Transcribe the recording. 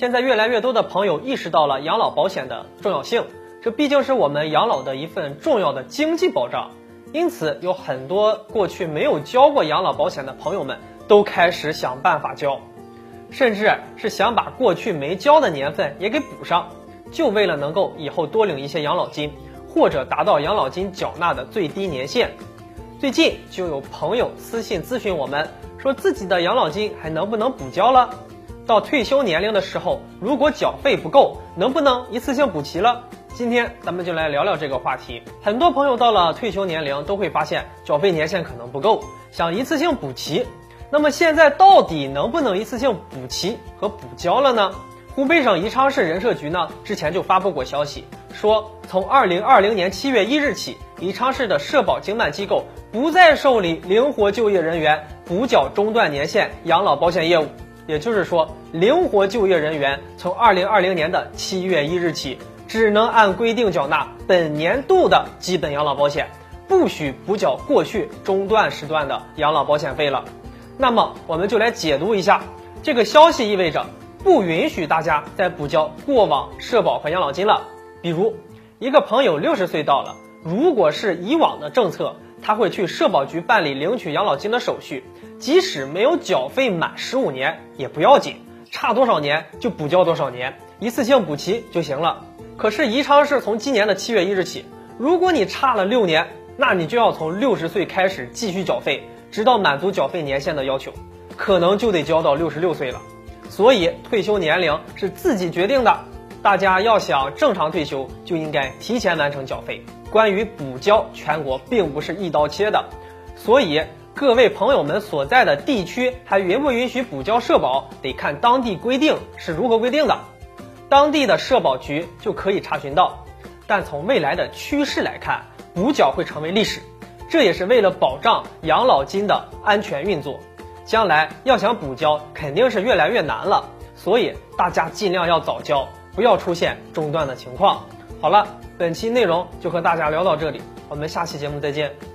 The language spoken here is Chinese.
现在越来越多的朋友意识到了养老保险的重要性，这毕竟是我们养老的一份重要的经济保障。因此，有很多过去没有交过养老保险的朋友们都开始想办法交，甚至是想把过去没交的年份也给补上，就为了能够以后多领一些养老金，或者达到养老金缴纳的最低年限。最近就有朋友私信咨询我们，说自己的养老金还能不能补交了？到退休年龄的时候，如果缴费不够，能不能一次性补齐了？今天咱们就来聊聊这个话题。很多朋友到了退休年龄都会发现缴费年限可能不够，想一次性补齐。那么现在到底能不能一次性补齐和补交了呢？湖北省宜昌市人社局呢之前就发布过消息，说从2020年7月1日起，宜昌市的社保经办机构不再受理灵活就业人员补缴中断年限养老保险业务。也就是说，灵活就业人员从2020年的7月1日起，只能按规定缴纳本年度的基本养老保险，不许补缴过去中断时段的养老保险费了。那么我们就来解读一下，这个消息意味着不允许大家再补交过往社保和养老金了。比如一个朋友60岁到了，如果是以往的政策，他会去社保局办理领取养老金的手续，即使没有缴费满15年也不要紧，差多少年就补交多少年，一次性补齐就行了。可是宜昌市从今年的7月1日起，如果你差了6年，那你就要从60岁开始继续缴费，直到满足缴费年限的要求，可能就得交到66岁了。所以退休年龄是自己决定的，大家要想正常退休，就应该提前完成缴费。关于补交，全国并不是一刀切的，所以各位朋友们所在的地区还允不允许补交社保，得看当地规定是如何规定的，当地的社保局就可以查询到。但从未来的趋势来看，补缴会成为历史，这也是为了保障养老金的安全运作。将来要想补交，肯定是越来越难了，所以大家尽量要早交，不要出现中断的情况。好了，本期内容就和大家聊到这里，我们下期节目再见。